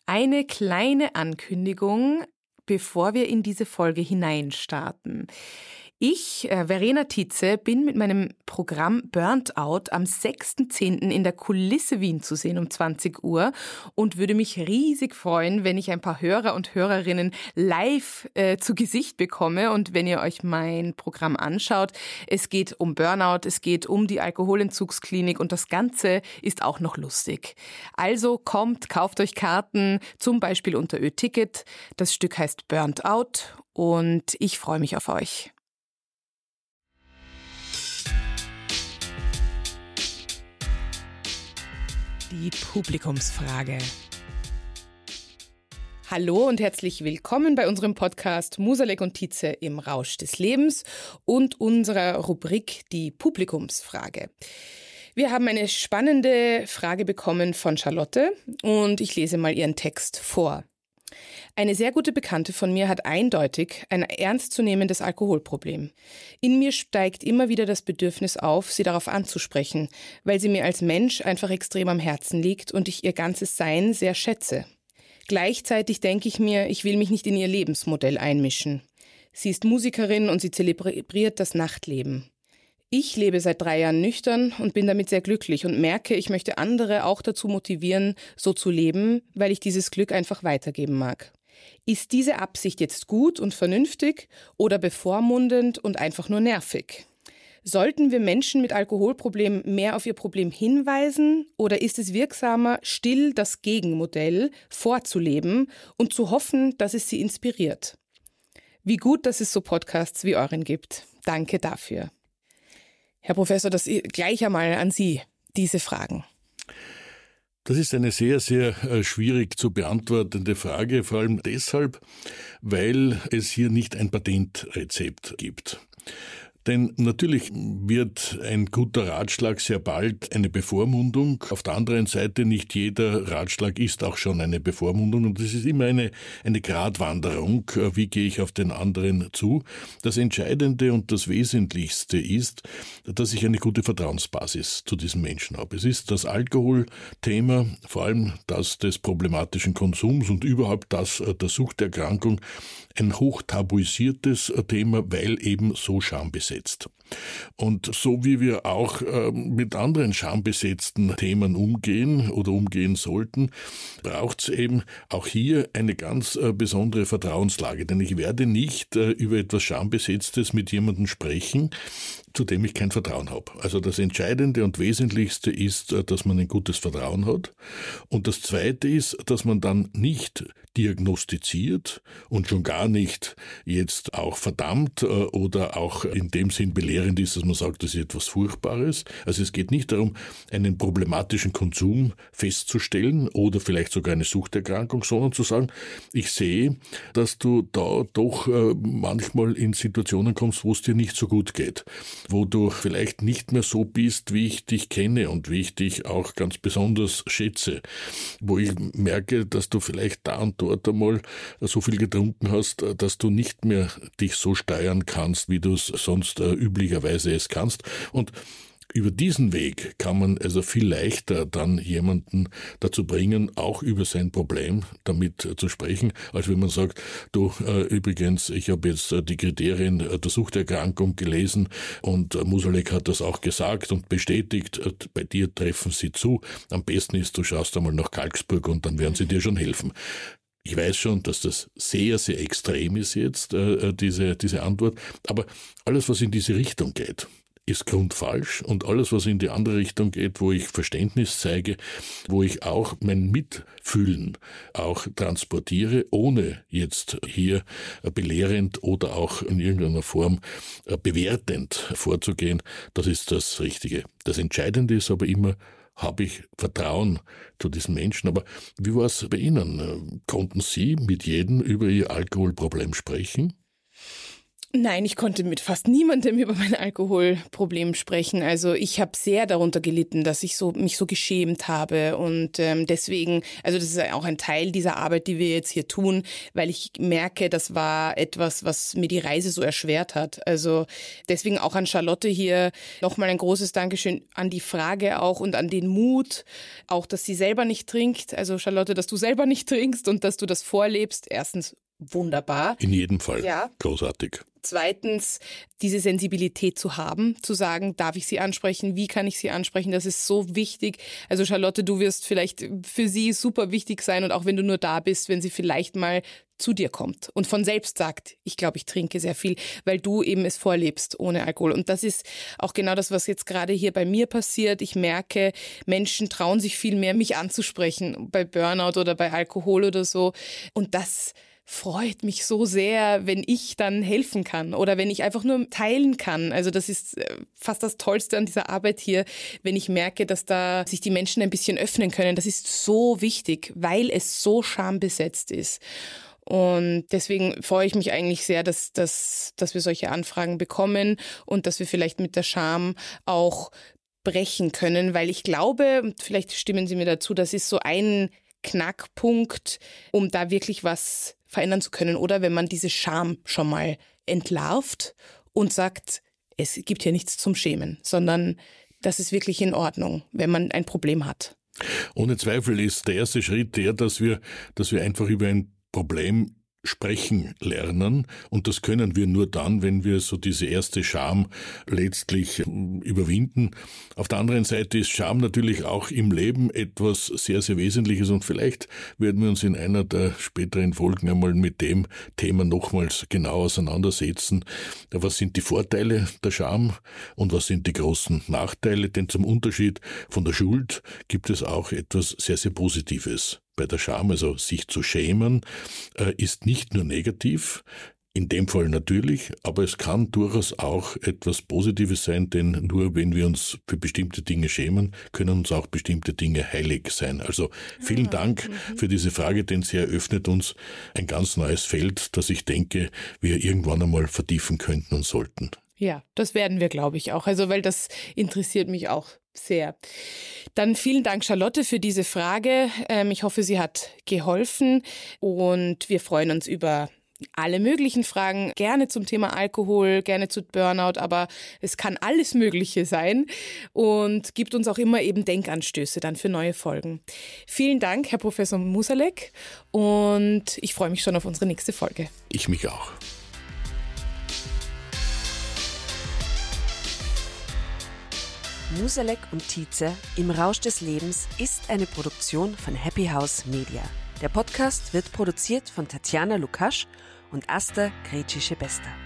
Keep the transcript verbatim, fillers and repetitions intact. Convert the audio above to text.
Eine kleine Ankündigung, bevor wir in diese Folge hineinstarten. Ich, äh, Verena Tietze, bin mit meinem Programm Burnt Out am sechsten zehnten in der Kulisse Wien zu sehen um zwanzig Uhr und würde mich riesig freuen, wenn ich ein paar Hörer und Hörerinnen live äh, zu Gesicht bekomme und wenn ihr euch mein Programm anschaut. Es geht um Burnout, es geht um die Alkoholentzugsklinik und das Ganze ist auch noch lustig. Also kommt, kauft euch Karten, zum Beispiel unter Ö-Ticket. Das Stück heißt Burnt Out und ich freue mich auf euch. Die Publikumsfrage. Hallo und herzlich willkommen bei unserem Podcast Musalek und Tietze im Rausch des Lebens und unserer Rubrik Die Publikumsfrage. Wir haben eine spannende Frage bekommen von Charlotte und ich lese mal ihren Text vor. Eine sehr gute Bekannte von mir hat eindeutig ein ernstzunehmendes Alkoholproblem. In mir steigt immer wieder das Bedürfnis auf, sie darauf anzusprechen, weil sie mir als Mensch einfach extrem am Herzen liegt und ich ihr ganzes Sein sehr schätze. Gleichzeitig denke ich mir, ich will mich nicht in ihr Lebensmodell einmischen. Sie ist Musikerin und sie zelebriert das Nachtleben. Ich lebe seit drei Jahren nüchtern und bin damit sehr glücklich und merke, ich möchte andere auch dazu motivieren, so zu leben, weil ich dieses Glück einfach weitergeben mag. Ist diese Absicht jetzt gut und vernünftig oder bevormundend und einfach nur nervig? Sollten wir Menschen mit Alkoholproblemen mehr auf ihr Problem hinweisen oder ist es wirksamer, still das Gegenmodell vorzuleben und zu hoffen, dass es sie inspiriert? Wie gut, dass es so Podcasts wie euren gibt. Danke dafür. Herr Professor, das gleich einmal an Sie, diese Fragen. Das ist eine sehr, sehr schwierig zu beantwortende Frage, vor allem deshalb, weil es hier nicht ein Patentrezept gibt. Denn natürlich wird ein guter Ratschlag sehr bald eine Bevormundung. Auf der anderen Seite, nicht jeder Ratschlag ist auch schon eine Bevormundung. Und es ist immer eine, eine Gratwanderung. Wie gehe ich auf den anderen zu? Das Entscheidende und das Wesentlichste ist, dass ich eine gute Vertrauensbasis zu diesem Menschen habe. Es ist das Alkoholthema, vor allem das des problematischen Konsums und überhaupt das der Suchterkrankung, ein hochtabuisiertes Thema, weil eben so schambesetzt. Und so wie wir auch äh, mit anderen schambesetzten Themen umgehen oder umgehen sollten, braucht es eben auch hier eine ganz äh, besondere Vertrauenslage. Denn ich werde nicht äh, über etwas Schambesetztes mit jemandem sprechen, zu dem ich kein Vertrauen habe. Also das Entscheidende und Wesentlichste ist, äh, dass man ein gutes Vertrauen hat. Und das Zweite ist, dass man dann nicht diagnostiziert und schon gar nicht jetzt auch verdammt äh, oder auch in dem Sinn belehrend ist, dass man sagt, das ist etwas Furchtbares. Also es geht nicht darum, einen problematischen Konsum festzustellen oder vielleicht sogar eine Suchterkrankung, sondern zu sagen, ich sehe, dass du da doch äh, manchmal in Situationen kommst, wo es dir nicht so gut geht, wo du vielleicht nicht mehr so bist, wie ich dich kenne und wie ich dich auch ganz besonders schätze, wo ich merke, dass du vielleicht da und dort einmal so viel getrunken hast, dass du nicht mehr dich so steuern kannst, wie du es sonst äh, üblicherweise es kannst. Und über diesen Weg kann man also viel leichter dann jemanden dazu bringen, auch über sein Problem damit zu sprechen, als wenn man sagt, du, äh, übrigens, ich habe jetzt äh, die Kriterien äh, der Suchterkrankung gelesen und äh, Musalek hat das auch gesagt und bestätigt, äh, bei dir treffen sie zu. Am besten ist, du schaust einmal nach Kalksburg und dann werden sie dir schon helfen. Ich weiß schon, dass das sehr, sehr extrem ist jetzt, äh, diese, diese Antwort, aber alles, was in diese Richtung geht, ist grundfalsch und alles, was in die andere Richtung geht, wo ich Verständnis zeige, wo ich auch mein Mitfühlen auch transportiere, ohne jetzt hier belehrend oder auch in irgendeiner Form bewertend vorzugehen, das ist das Richtige. Das Entscheidende ist aber immer, habe ich Vertrauen zu diesen Menschen. Aber wie war es bei Ihnen? Konnten Sie mit jedem über Ihr Alkoholproblem sprechen? Nein, ich konnte mit fast niemandem über mein Alkoholproblem sprechen. Also ich habe sehr darunter gelitten, dass ich so, mich so geschämt habe und ähm, deswegen, also das ist auch ein Teil dieser Arbeit, die wir jetzt hier tun, weil ich merke, das war etwas, was mir die Reise so erschwert hat. Also deswegen auch an Charlotte hier nochmal ein großes Dankeschön an die Frage auch und an den Mut, auch, dass sie selber nicht trinkt. Also Charlotte, dass du selber nicht trinkst und dass du das vorlebst. Erstens wunderbar. In jedem Fall. Ja. Großartig. Zweitens, diese Sensibilität zu haben, zu sagen, darf ich sie ansprechen, wie kann ich sie ansprechen, das ist so wichtig. Also Charlotte, du wirst vielleicht für sie super wichtig sein und auch wenn du nur da bist, wenn sie vielleicht mal zu dir kommt und von selbst sagt, ich glaube, ich trinke sehr viel, weil du eben es vorlebst ohne Alkohol. Und das ist auch genau das, was jetzt gerade hier bei mir passiert. Ich merke, Menschen trauen sich viel mehr, mich anzusprechen bei Burnout oder bei Alkohol oder so. Und das freut mich so sehr, wenn ich dann helfen kann oder wenn ich einfach nur teilen kann. Also das ist fast das Tollste an dieser Arbeit hier, wenn ich merke, dass da sich die Menschen ein bisschen öffnen können. Das ist so wichtig, weil es so schambesetzt ist. Und deswegen freue ich mich eigentlich sehr, dass, dass, dass wir solche Anfragen bekommen und dass wir vielleicht mit der Scham auch brechen können, weil ich glaube, und vielleicht stimmen Sie mir dazu, das ist so ein Knackpunkt, um da wirklich was verändern zu können. Oder wenn man diese Scham schon mal entlarvt und sagt, es gibt hier nichts zum Schämen, sondern das ist wirklich in Ordnung, wenn man ein Problem hat. Ohne Zweifel ist der erste Schritt der, dass wir, dass wir einfach über ein Problem sprechen lernen und das können wir nur dann, wenn wir so diese erste Scham letztlich überwinden. Auf der anderen Seite ist Scham natürlich auch im Leben etwas sehr, sehr Wesentliches und vielleicht werden wir uns in einer der späteren Folgen einmal mit dem Thema nochmals genau auseinandersetzen. Was sind die Vorteile der Scham und was sind die großen Nachteile? Denn zum Unterschied von der Schuld gibt es auch etwas sehr, sehr Positives. Bei der Scham, also sich zu schämen, ist nicht nur negativ, in dem Fall natürlich, aber es kann durchaus auch etwas Positives sein, denn nur wenn wir uns für bestimmte Dinge schämen, können uns auch bestimmte Dinge heilig sein. Also vielen Dank für diese Frage, denn sie eröffnet uns ein ganz neues Feld, das ich denke, wir irgendwann einmal vertiefen könnten und sollten. Ja, das werden wir, glaube ich, auch. Also, weil das interessiert mich auch sehr. Dann vielen Dank, Charlotte, für diese Frage. Ähm, ich hoffe, sie hat geholfen und wir freuen uns über alle möglichen Fragen, gerne zum Thema Alkohol, gerne zu Burnout, aber es kann alles Mögliche sein und gibt uns auch immer eben Denkanstöße dann für neue Folgen. Vielen Dank, Herr Professor Musalek, und ich freue mich schon auf unsere nächste Folge. Ich mich auch. Musalek und Tietze im Rausch des Lebens ist eine Produktion von Happy House Media. Der Podcast wird produziert von Tatjana Lukasch und Asta Krejci-Bester.